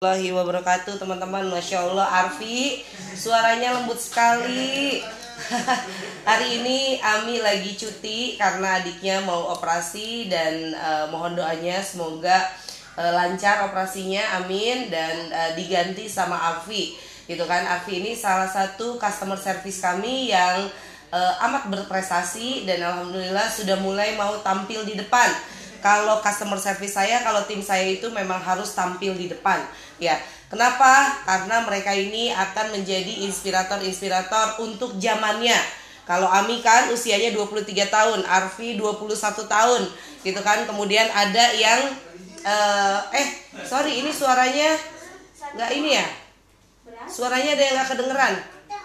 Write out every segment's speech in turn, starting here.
Warahmatullahi wabarakatuh, teman-teman. Masya Allah, Arfi suaranya lembut sekali. Hari ini Ami lagi cuti karena adiknya mau operasi dan mohon doanya semoga lancar operasinya, amin, dan diganti sama Arfi gitu kan. Arfi ini salah satu customer service kami yang amat berprestasi dan alhamdulillah sudah mulai mau tampil di depan. Kalau customer service saya, kalau tim saya itu memang harus tampil di depan. Ya, kenapa? Karena mereka ini akan menjadi inspirator-inspirator untuk zamannya. Kalau Ami kan usianya 23 tahun, Arfi 21 tahun, gitu kan. Kemudian ada yang sorry, ini suaranya nggak ini ya? Suaranya ada yang nggak kedengeran.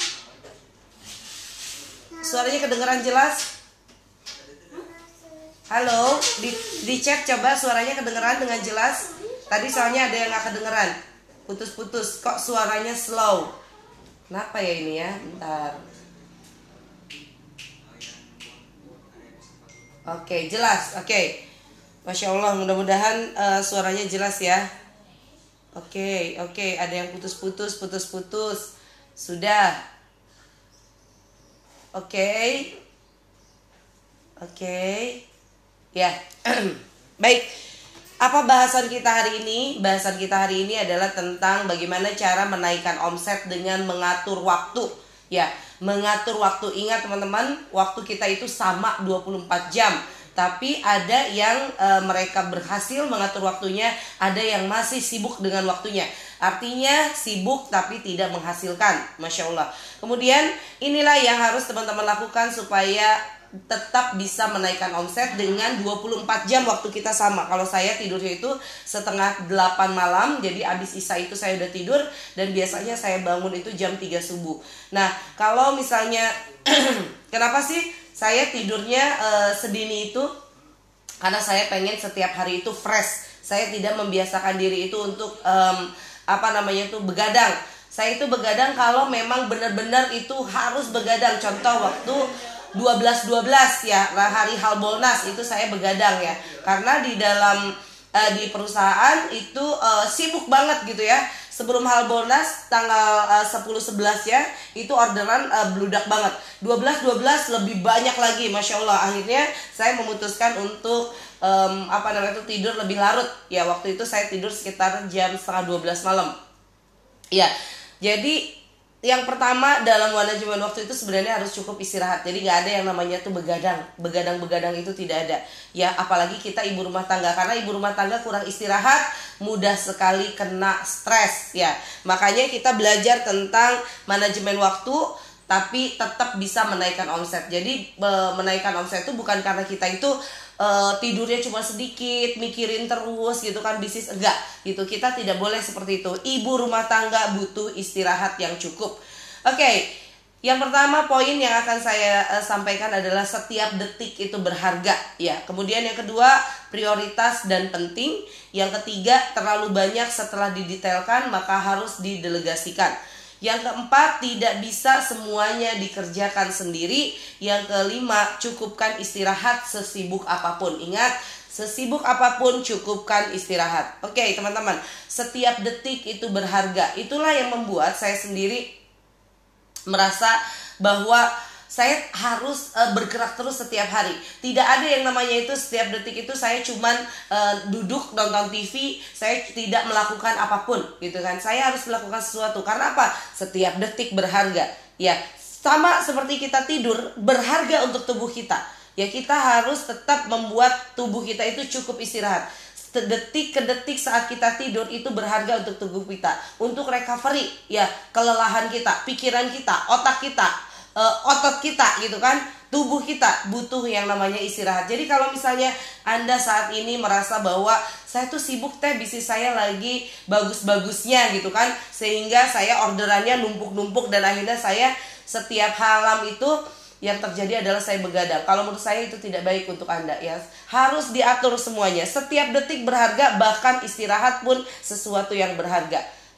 Suaranya kedengeran jelas? Halo, di chat coba suaranya kedengeran dengan jelas. Tadi soalnya ada yang gak kedengeran, putus-putus. Kok suaranya slow? Kenapa ya ini ya? Bentar. Oke, jelas. Oke, Masya Allah, mudah-mudahan suaranya jelas ya. Oke, ada yang putus-putus. Sudah. Oke. Ya, baik. Apa bahasan kita hari ini? Bahasan kita hari ini adalah tentang bagaimana cara menaikkan omset dengan mengatur waktu. Ya, mengatur waktu. Ingat teman-teman, waktu kita itu sama 24 jam. Tapi ada yang mereka berhasil mengatur waktunya, ada yang masih sibuk dengan waktunya. Artinya sibuk tapi tidak menghasilkan. Masya Allah. Kemudian inilah yang harus teman-teman lakukan supaya tetap bisa menaikkan omset dengan 24 jam waktu kita sama. Kalau saya tidurnya itu setengah 8 malam, jadi abis isya itu saya udah tidur, dan biasanya saya bangun itu jam 3 subuh. Nah, kalau misalnya kenapa sih saya tidurnya sedini itu? Karena saya pengen setiap hari itu fresh. Saya tidak membiasakan diri itu untuk begadang. Saya itu begadang kalau memang benar-benar itu harus begadang. Contoh waktu 12 ya, hari Harbolnas itu saya begadang ya, karena di dalam di perusahaan itu sibuk banget gitu ya. Sebelum Harbolnas tanggal 10-11 ya, itu orderan bludak banget. 12 lebih banyak lagi, Masya Allah. Akhirnya saya memutuskan untuk tidur lebih larut ya. Waktu itu saya tidur sekitar jam setengah 12 malam ya. Jadi yang pertama dalam manajemen waktu itu sebenarnya harus cukup istirahat. Jadi gak ada yang namanya tuh begadang itu tidak ada. Ya, apalagi kita ibu rumah tangga, karena ibu rumah tangga kurang istirahat mudah sekali kena stres ya. Makanya kita belajar tentang manajemen waktu tapi tetap bisa menaikkan omset. Jadi menaikkan omset itu bukan karena kita itu tidurnya cuma sedikit, mikirin terus gitu kan bisnis, enggak gitu. Kita tidak boleh seperti itu. Ibu rumah tangga butuh istirahat yang cukup. Oke, yang pertama poin yang akan saya sampaikan adalah setiap detik itu berharga ya. Kemudian yang kedua, prioritas dan penting. Yang ketiga, terlalu banyak setelah didetailkan maka harus didelegasikan. Yang keempat, tidak bisa semuanya dikerjakan sendiri. Yang kelima, cukupkan istirahat sesibuk apapun. Ingat, sesibuk apapun cukupkan istirahat. Oke teman-teman, setiap detik itu berharga. Itulah yang membuat saya sendiri merasa bahwa saya harus bergerak terus setiap hari. Tidak ada yang namanya itu setiap detik itu saya cuman duduk nonton TV, saya tidak melakukan apapun gitu kan. Saya harus melakukan sesuatu. Karena apa? Setiap detik berharga. Ya, sama seperti kita tidur, berharga untuk tubuh kita. Ya, kita harus tetap membuat tubuh kita itu cukup istirahat. Detik ke detik saat kita tidur itu berharga untuk tubuh kita, untuk recovery ya, kelelahan kita, pikiran kita, otak kita, otot kita gitu kan, tubuh kita butuh yang namanya istirahat. Jadi kalau misalnya Anda saat ini merasa bahwa saya tuh sibuk bisnis saya lagi bagus-bagusnya gitu kan, sehingga saya orderannya numpuk-numpuk dan akhirnya saya setiap malam itu yang terjadi adalah saya begadang. Kalau menurut saya itu tidak baik untuk Anda ya. Harus diatur semuanya. Setiap detik berharga, bahkan istirahat pun sesuatu yang berharga.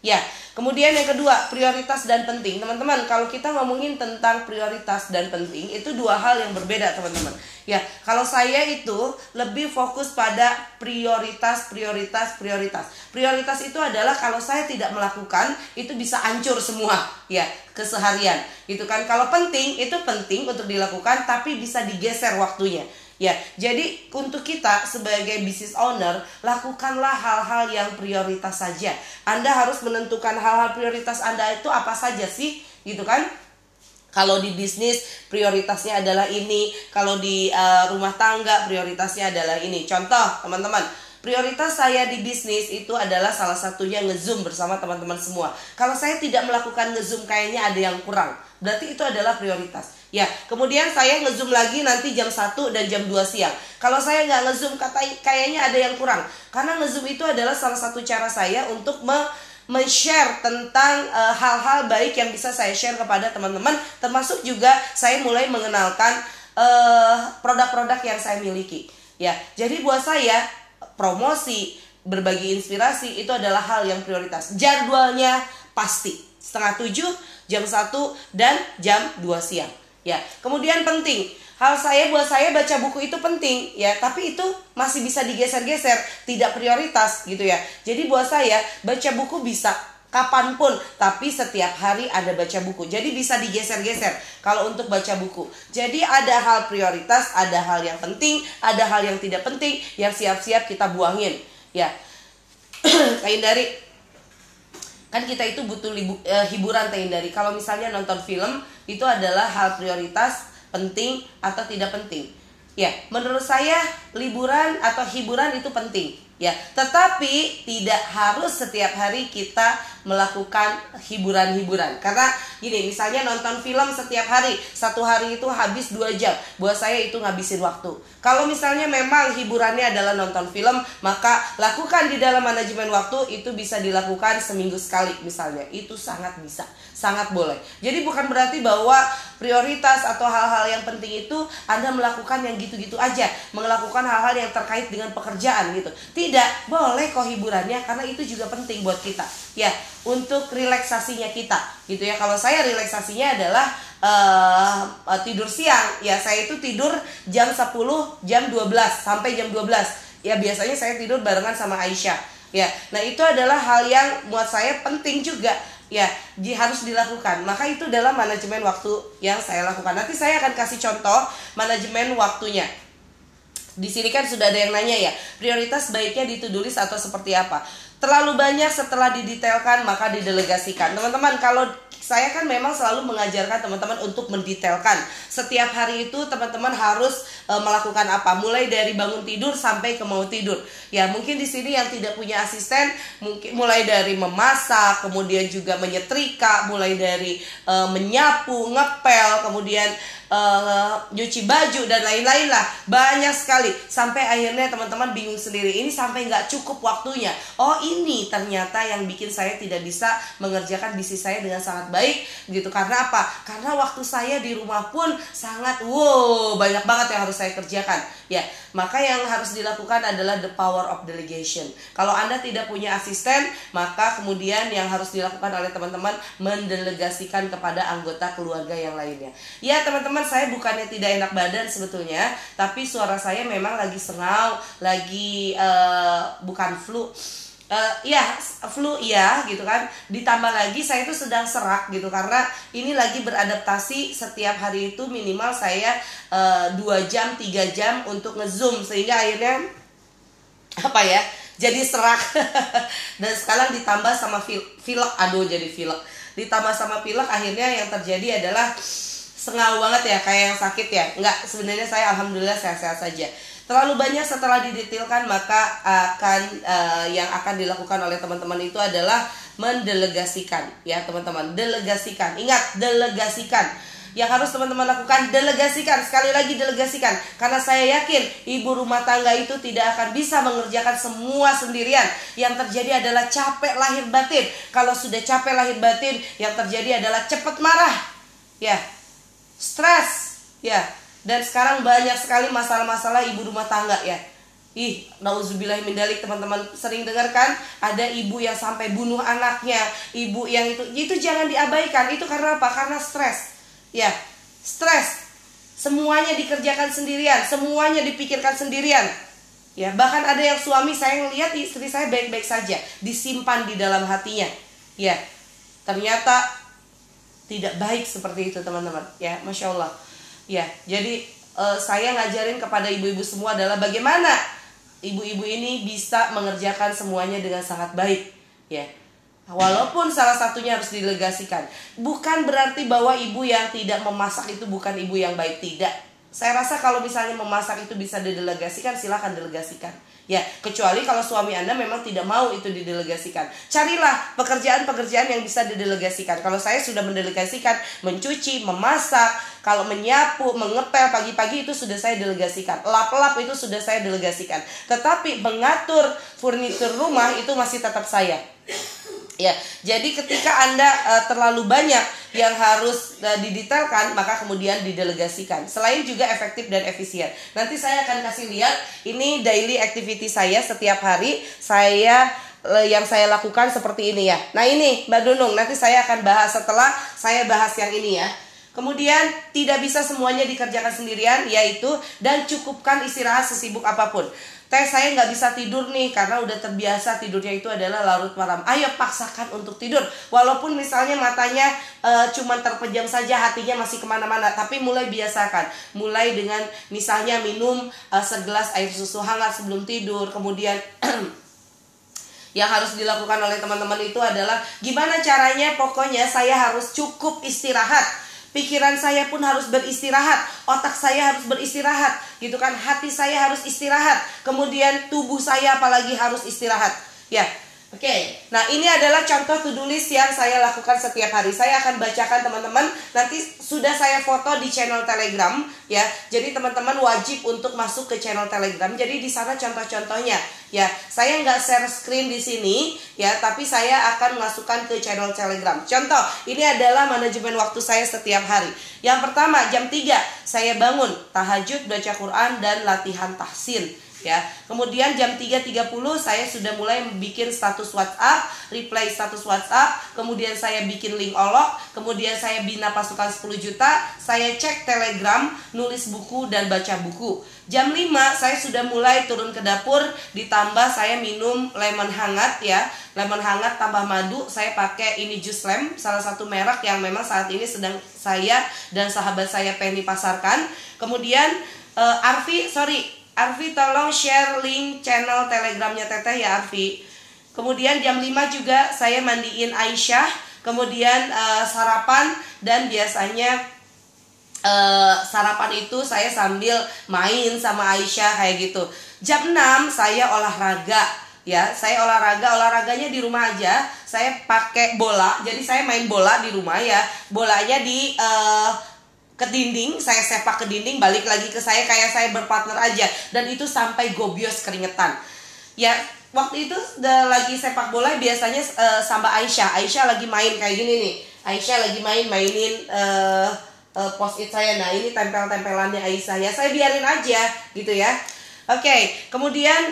Ya, kemudian yang kedua, prioritas dan penting. Teman-teman, kalau kita ngomongin tentang prioritas dan penting, itu dua hal yang berbeda, teman-teman. Ya, kalau saya itu lebih fokus pada prioritas. Prioritas itu adalah kalau saya tidak melakukan, itu bisa hancur semua, ya, keseharian. Gitu kan. Kalau penting, itu penting untuk dilakukan, tapi bisa digeser waktunya. Ya, jadi untuk kita sebagai business owner, lakukanlah hal-hal yang prioritas saja. Anda harus menentukan hal-hal prioritas Anda itu apa saja sih, gitu kan? Kalau di bisnis prioritasnya adalah ini, kalau di rumah tangga prioritasnya adalah ini. Contoh, teman-teman, prioritas saya di bisnis itu adalah salah satunya nge-zoom bersama teman-teman semua. Kalau saya tidak melakukan nge-zoom, kayaknya ada yang kurang. Berarti itu adalah prioritas. Ya, kemudian saya nge-zoom lagi nanti jam 1 dan jam 2 siang. Kalau saya nggak nge-zoom, kayaknya ada yang kurang. Karena nge-zoom itu adalah salah satu cara saya untuk men-share tentang hal-hal baik yang bisa saya share kepada teman-teman. Termasuk juga saya mulai mengenalkan produk-produk yang saya miliki. Ya, jadi buat saya promosi, berbagi inspirasi itu adalah hal yang prioritas. Jadwalnya pasti 6:30, jam 1 dan jam 2 siang. Ya, kemudian penting. Buat saya baca buku itu penting, ya, tapi itu masih bisa digeser-geser, tidak prioritas gitu ya. Jadi buat saya baca buku bisa kapanpun, tapi setiap hari ada baca buku. Jadi bisa digeser-geser kalau untuk baca buku. Jadi ada hal prioritas, ada hal yang penting, ada hal yang tidak penting, yang siap-siap kita buangin. Ya, hindari. Kan kita itu butuh hiburan, hindari. Kalau misalnya nonton film, itu adalah hal prioritas, penting atau tidak penting. Ya, menurut saya liburan atau hiburan itu penting. Ya, tetapi tidak harus setiap hari kita melakukan hiburan-hiburan. Karena gini, misalnya nonton film setiap hari, satu hari itu habis 2 jam. Buat saya itu ngabisin waktu. Kalau misalnya memang hiburannya adalah nonton film, maka lakukan di dalam manajemen waktu. Itu bisa dilakukan seminggu sekali misalnya. Itu sangat bisa, sangat boleh. Jadi bukan berarti bahwa prioritas atau hal-hal yang penting itu Anda melakukan yang gitu-gitu aja, melakukan hal-hal yang terkait dengan pekerjaan gitu. Tidak, boleh kok hiburannya, karena itu juga penting buat kita. Ya, untuk relaksasinya kita gitu ya. Kalau saya relaksasinya adalah tidur siang. Ya, saya itu tidur jam 10, jam 12 sampai jam 12. Ya, biasanya saya tidur barengan sama Aisyah. Ya, nah itu adalah hal yang buat saya penting juga. Ya, harus dilakukan. Maka itu adalah manajemen waktu yang saya lakukan. Nanti saya akan kasih contoh manajemen waktunya. Di sini kan sudah ada yang nanya ya, prioritas baiknya di to-do list atau seperti apa? Terlalu banyak setelah didetailkan maka didelegasikan. Teman-teman, kalau saya kan memang selalu mengajarkan teman-teman untuk mendetailkan. Setiap hari itu teman-teman harus melakukan apa? Mulai dari bangun tidur sampai ke mau tidur. Ya, mungkin di sini yang tidak punya asisten, mungkin mulai dari memasak, kemudian juga menyetrika, mulai dari menyapu, ngepel, kemudian nyuci baju dan lain-lain lah. Banyak sekali. Sampai akhirnya teman-teman bingung sendiri. Ini sampai nggak cukup waktunya. Oh, ini ternyata yang bikin saya tidak bisa mengerjakan bisnis saya dengan sangat baik gitu. Karena apa? Karena waktu saya di rumah pun sangat banyak banget yang harus saya kerjakan. Ya, maka yang harus dilakukan adalah the power of delegation. Kalau Anda tidak punya asisten, maka kemudian yang harus dilakukan oleh teman-teman mendelegasikan kepada anggota keluarga yang lainnya. Ya, teman-teman, saya bukannya tidak enak badan sebetulnya, tapi suara saya memang lagi sengau, lagi bukan flu. Flu ya gitu kan. Ditambah lagi saya itu sedang serak gitu, karena ini lagi beradaptasi. Setiap hari itu minimal saya 2 jam 3 jam untuk nge-zoom, sehingga akhirnya jadi serak. Dan sekarang ditambah sama pilek, jadi pilek. Ditambah sama pilek, akhirnya yang terjadi adalah sengau banget ya, kayak yang sakit ya. Enggak, sebenarnya saya alhamdulillah sehat-sehat saja. Terlalu banyak setelah didetailkan, maka yang akan dilakukan oleh teman-teman itu adalah mendelegasikan. Ya teman-teman, delegasikan. Ingat, delegasikan. Yang harus teman-teman lakukan, delegasikan. Sekali lagi delegasikan. Karena saya yakin ibu rumah tangga itu tidak akan bisa mengerjakan semua sendirian. Yang terjadi adalah capek lahir batin. Kalau sudah capek lahir batin, yang terjadi adalah cepat marah, ya, stres, ya. Dan sekarang banyak sekali masalah-masalah ibu rumah tangga ya. Nauzubillah min dzalik, teman-teman sering dengar kan, ada ibu yang sampai bunuh anaknya, ibu yang itu jangan diabaikan. Itu karena apa? Karena stres. Ya, stres. Semuanya dikerjakan sendirian, semuanya dipikirkan sendirian. Ya, bahkan ada yang suami, saya ngelihat istri saya baik-baik saja, disimpan di dalam hatinya. Ya, ternyata tidak baik seperti itu, teman-teman. Ya, Masya Allah. Ya, jadi saya ngajarin kepada ibu-ibu semua adalah bagaimana ibu-ibu ini bisa mengerjakan semuanya dengan sangat baik, ya. Walaupun salah satunya harus didelegasikan. Bukan berarti bahwa ibu yang tidak memasak itu bukan ibu yang baik, tidak. Saya rasa kalau misalnya memasak itu bisa didelegasikan, silakan delegasikan. Ya, kecuali kalau suami Anda memang tidak mau itu didelegasikan. Carilah pekerjaan-pekerjaan yang bisa didelegasikan. Kalau saya sudah mendelegasikan mencuci, memasak, kalau menyapu, mengepel pagi-pagi itu sudah saya delegasikan. Lap-lap itu sudah saya delegasikan. Tetapi mengatur furnitur rumah itu masih tetap saya. Ya, jadi ketika Anda terlalu banyak yang harus didetailkan, maka kemudian didelegasikan. Selain juga efektif dan efisien. Nanti saya akan kasih lihat, ini daily activity saya setiap hari. Yang saya lakukan seperti ini ya. Nah ini Mbak Dunung, nanti saya akan bahas setelah saya bahas yang ini ya. Kemudian tidak bisa semuanya dikerjakan sendirian, yaitu dan cukupkan istirahat sesibuk apapun. Saya nggak bisa tidur nih karena udah terbiasa tidurnya itu adalah larut malam. Ayo paksakan untuk tidur. Walaupun misalnya matanya cuma terpejam saja, hatinya masih kemana-mana. Tapi mulai biasakan. Mulai dengan misalnya minum segelas air susu hangat sebelum tidur. Kemudian yang harus dilakukan oleh teman-teman itu adalah gimana caranya, pokoknya saya harus cukup istirahat. Pikiran saya pun harus beristirahat, otak saya harus beristirahat, gitu kan? Hati saya harus istirahat, kemudian tubuh saya apalagi harus istirahat. Ya, oke. Nah ini adalah contoh to-do list yang saya lakukan setiap hari. Saya akan bacakan teman-teman. Nanti sudah saya foto di channel Telegram, ya. Jadi teman-teman wajib untuk masuk ke channel Telegram. Jadi di sana contoh-contohnya. Ya, saya nggak share screen di sini, ya, tapi saya akan masukkan ke channel Telegram. Contoh, ini adalah manajemen waktu saya setiap hari. Yang pertama, jam 3 saya bangun, tahajud, baca Quran, dan latihan tahsin. Ya, kemudian jam 3.30 saya sudah mulai bikin status WhatsApp, reply status WhatsApp, kemudian saya bikin link olok, kemudian saya bina pasukan 10 juta, saya cek Telegram, nulis buku dan baca buku. Jam 5 saya sudah mulai turun ke dapur, ditambah saya minum lemon hangat ya. Lemon hangat tambah madu, saya pakai ini Jus Lem, salah satu merek yang memang saat ini sedang saya dan sahabat saya Penny pasarkan. Kemudian Arfi tolong share link channel Telegramnya Teteh ya Arfi. Kemudian jam 5 juga saya mandiin Aisyah, kemudian sarapan, dan biasanya sarapan itu saya sambil main sama Aisyah kayak gitu. Jam 6 saya olahraga ya. Saya olahraganya di rumah aja. Saya pakai bola. Jadi saya main bola di rumah ya. Bolanya ke dinding, saya sepak ke dinding, balik lagi ke saya kayak saya berpartner aja, dan itu sampai gobios keringetan. Ya, waktu itu lagi sepak bola biasanya sama Aisyah lagi main kayak gini nih. Aisyah lagi mainin post-it saya. Nah, ini tempel-tempelannya Aisyah ya. Saya biarin aja gitu ya. Oke, kemudian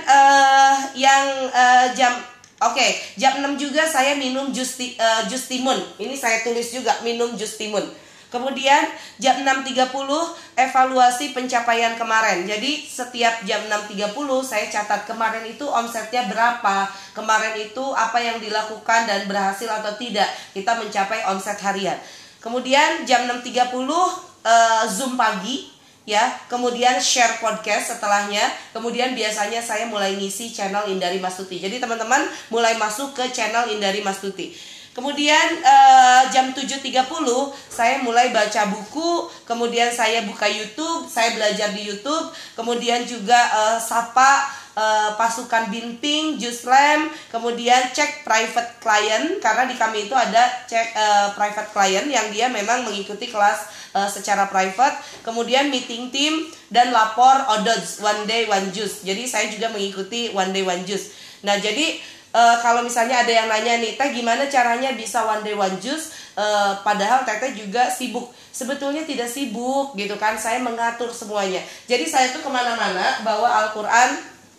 jam 6 juga saya minum jus timun. Ini saya tulis juga, minum jus timun. Kemudian jam 6.30 evaluasi pencapaian kemarin. Jadi setiap jam 6.30 saya catat kemarin itu omsetnya berapa, kemarin itu apa yang dilakukan dan berhasil atau tidak kita mencapai omset harian. Kemudian jam 6.30 Zoom pagi ya, kemudian share podcast setelahnya. Kemudian biasanya saya mulai ngisi channel Indari Mastuti. Jadi teman-teman mulai masuk ke channel Indari Mastuti. Kemudian jam 7.30 saya mulai baca buku, kemudian saya buka YouTube, saya belajar di YouTube, kemudian juga sapa pasukan Binping, Juslem, kemudian cek private client, karena di kami itu ada cek private client yang dia memang mengikuti kelas secara private, kemudian meeting team dan lapor odds one day one juice. Jadi saya juga mengikuti one day one juice. Nah jadi kalau misalnya ada yang nanya nih, Teh gimana caranya bisa one day one juice? Padahal Teteh juga sibuk. Sebetulnya tidak sibuk gitu kan, saya mengatur semuanya. Jadi saya tuh kemana-mana bawa Al-Quran,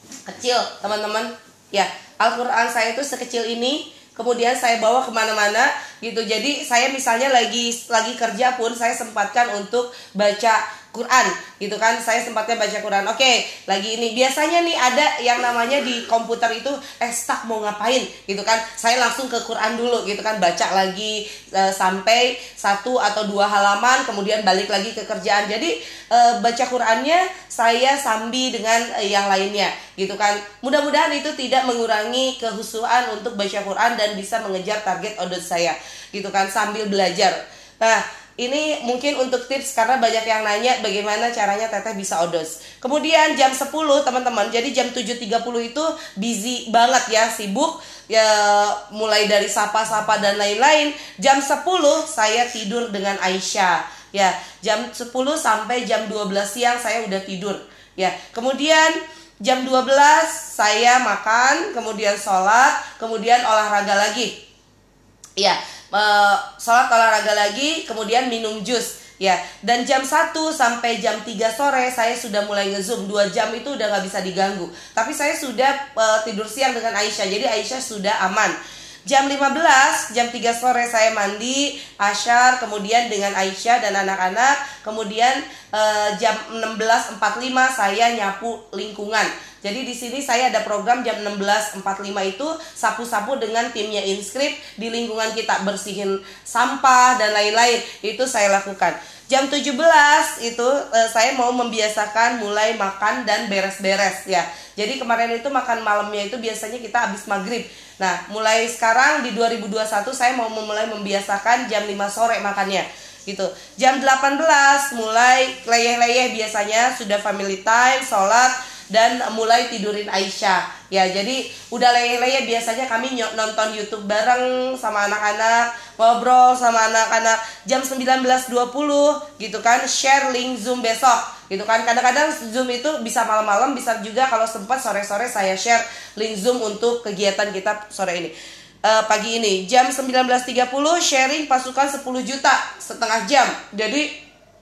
kecil teman-teman ya. Al-Quran saya itu sekecil ini, kemudian saya bawa kemana-mana gitu. Jadi saya misalnya lagi kerja pun saya sempatkan untuk baca Quran gitu kan, saya sempatnya baca Quran. Oke, lagi ini biasanya nih ada yang namanya di komputer itu stuck mau ngapain gitu kan, saya langsung ke Quran dulu gitu kan, baca lagi sampai 1 atau 2 halaman, kemudian balik lagi ke kerjaan. Jadi baca Qurannya saya sambil dengan yang lainnya gitu kan. Mudah-mudahan itu tidak mengurangi kehusuan untuk baca Quran dan bisa mengejar target audiens saya gitu kan, sambil belajar. Nah, ini mungkin untuk tips karena banyak yang nanya bagaimana caranya Teteh bisa odos. Kemudian jam 10 teman-teman, jadi jam 7.30 itu busy banget ya, sibuk ya, mulai dari sapa-sapa dan lain-lain. Jam 10 saya tidur dengan Aisyah ya, jam 10 sampai jam 12 siang saya udah tidur ya. Kemudian jam 12 saya makan, kemudian sholat, kemudian olahraga lagi ya. Sholat, olahraga lagi, kemudian minum jus ya. Dan jam 1 sampai jam 3 sore saya sudah mulai nge-zoom. 2 jam itu udah gak bisa diganggu. Tapi saya sudah tidur siang dengan Aisyah, jadi Aisyah sudah aman. Jam 15, jam 3 sore saya mandi, asyar, kemudian dengan Aisyah dan anak-anak. Kemudian jam 16.45 saya nyapu lingkungan. Jadi di sini saya ada program jam 16.45 itu sapu-sapu dengan timnya Inscript di lingkungan kita, bersihin sampah dan lain-lain. Itu saya lakukan. Jam 17 itu saya mau membiasakan mulai makan dan beres-beres ya. Jadi kemarin itu makan malamnya itu biasanya kita habis maghrib. Nah, mulai sekarang di 2021 saya mau mulai membiasakan jam 5 sore makannya gitu. Jam 18 mulai leyeh-leyeh, biasanya sudah family time, sholat, dan mulai tidurin Aisyah ya. Jadi udah leyeh-leyeh, biasanya kami nonton YouTube bareng sama anak-anak, ngobrol sama anak-anak. Jam 19.20 gitu kan, share link Zoom besok gitu kan. Kadang-kadang Zoom itu bisa malam-malam, bisa juga kalau sempat sore-sore saya share link Zoom untuk kegiatan kita sore ini. Pagi ini jam 19.30 sharing pasukan 10 juta setengah jam. Jadi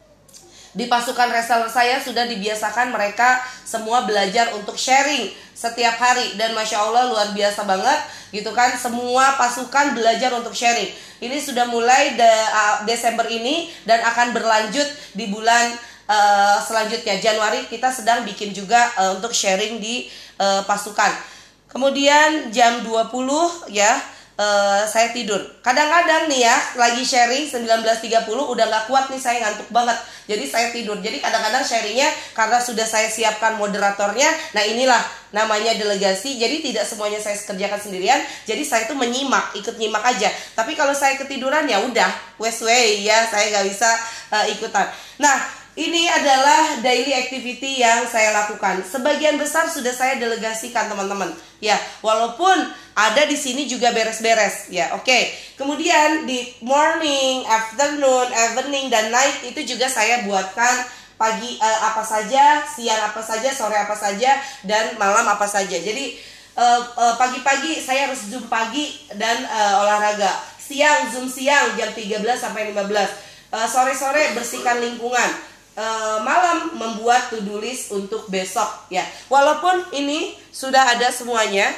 di pasukan reseller saya sudah dibiasakan mereka semua belajar untuk sharing setiap hari. Dan Masya Allah luar biasa banget gitu kan, semua pasukan belajar untuk sharing. Ini sudah mulai Desember ini dan akan berlanjut di bulan selanjutnya. Januari kita sedang bikin juga untuk sharing di pasukan. Kemudian jam 20 ya, saya tidur. Kadang-kadang nih ya, lagi sharing 19.30 udah gak kuat nih, saya ngantuk banget, jadi saya tidur. Jadi kadang-kadang sharingnya karena sudah saya siapkan moderatornya. Nah inilah namanya delegasi, jadi tidak semuanya saya kerjakan sendirian. Jadi saya tuh menyimak, ikut nyimak aja. Tapi kalau saya ketiduran ya udah wes ya, saya gak bisa ikutan. Nah, ini adalah daily activity yang saya lakukan. Sebagian besar sudah saya delegasikan teman-teman. Ya, walaupun ada di sini juga beres-beres. Ya, oke. Kemudian di morning, afternoon, evening, dan night itu juga saya buatkan pagi apa saja, siang apa saja, sore apa saja, dan malam apa saja. Jadi pagi-pagi saya harus zoom pagi dan olahraga. Siang zoom siang jam 13 sampai 15. Sore-sore bersihkan lingkungan. Malam membuat to-do list untuk besok ya. Walaupun ini sudah ada semuanya.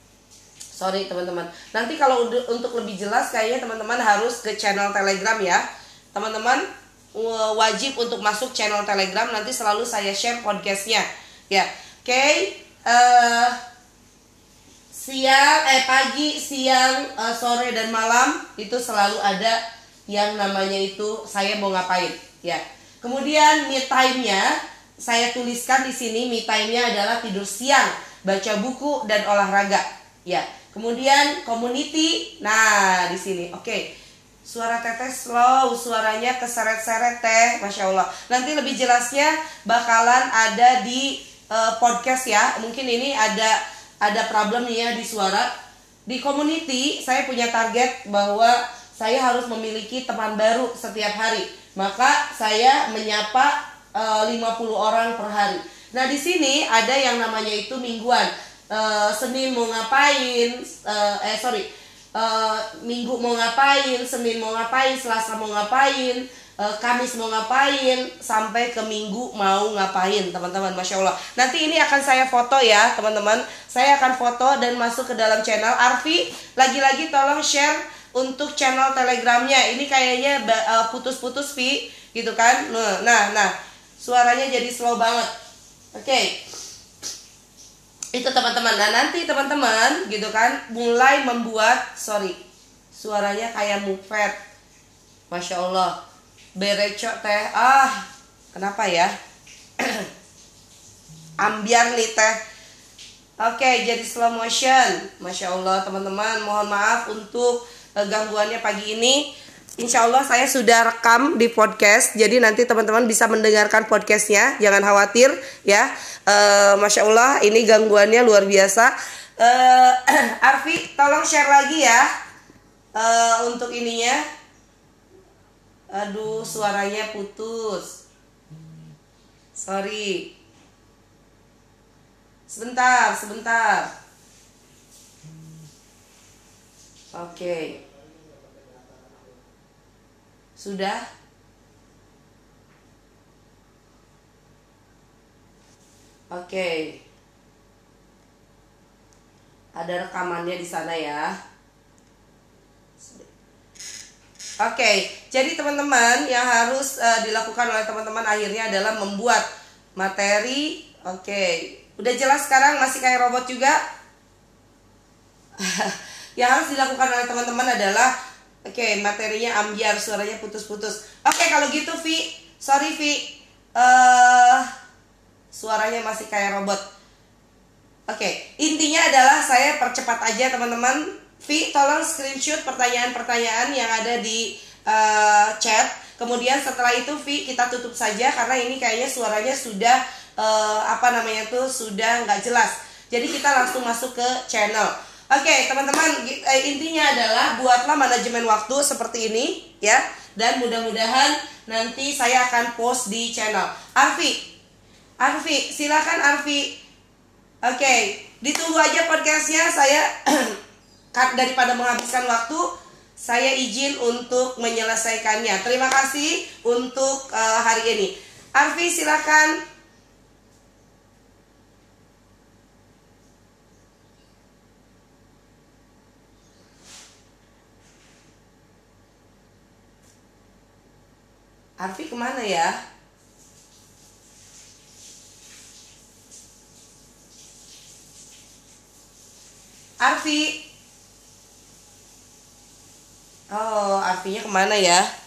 Sorry teman-teman. Nanti kalau untuk lebih jelas kayaknya teman-teman harus ke channel Telegram ya. Teman-teman wajib untuk masuk channel Telegram, nanti selalu saya share podcastnya ya. Oke. Pagi, siang, sore dan malam itu selalu ada yang namanya itu saya mau ngapain ya. Kemudian me time-nya saya tuliskan di sini. Me time-nya adalah tidur siang, baca buku dan olahraga. Ya. Kemudian community. Nah, di sini. Oke. Suara Teteh slow, suaranya keseret-seret Teh, Masya Allah. Nanti lebih jelasnya bakalan ada di podcast ya. Mungkin ini ada problem nih ya di suara. Di community saya punya target bahwa saya harus memiliki teman baru setiap hari. Maka saya menyapa 50 orang per hari. Nah di sini ada yang namanya itu mingguan. Senin mau ngapain? Minggu mau ngapain? Senin mau ngapain? Selasa mau ngapain? Kamis mau ngapain, sampai ke Minggu mau ngapain teman-teman. Masya Allah. Nanti ini akan saya foto ya teman-teman. Saya akan foto dan masuk ke dalam channel. Arfi, lagi-lagi tolong share untuk channel telegramnya. Ini kayaknya putus-putus Vi, gitu kan. Nah, suaranya jadi slow banget. Oke. Itu teman-teman. Nah nanti teman-teman gitu kan mulai membuat, suaranya kayak mupet. Masya Allah. Berecok teh, kenapa ya? Ambiar nih teh. Oke, jadi slow motion. Masya Allah teman-teman, mohon maaf untuk gangguannya pagi ini. Insya Allah saya sudah rekam di podcast, jadi nanti teman-teman bisa mendengarkan podcastnya, jangan khawatir ya. Masya Allah ini gangguannya luar biasa. Arfi tolong share lagi ya untuk ininya. Aduh, suaranya putus. Sorry. Sebentar. Oke. Sudah? Oke. Ada rekamannya di sana ya. Oke, jadi teman-teman yang harus dilakukan oleh teman-teman akhirnya adalah membuat materi. Oke, udah jelas sekarang, masih kayak robot juga. Yang harus dilakukan oleh teman-teman adalah materinya ambiar, suaranya putus-putus. Oke, kalau gitu Vi, sorry Vi, suaranya masih kayak robot. Oke, intinya adalah saya percepat aja teman-teman. Vi, tolong screenshot pertanyaan-pertanyaan yang ada di chat. Kemudian setelah itu Vi, kita tutup saja karena ini kayaknya suaranya sudah sudah nggak jelas. Jadi kita langsung masuk ke channel. Oke, teman-teman, intinya adalah buatlah manajemen waktu seperti ini ya. Dan mudah-mudahan nanti saya akan post di channel. Arfi, silakan Arfi. Oke, ditunggu aja podcastnya. Saya daripada menghabiskan waktu, saya izin untuk menyelesaikannya. Terima kasih untuk hari ini. Arfi silakan. Arfi kemana ya? Arfi. Oh, Arfinya kemana ya?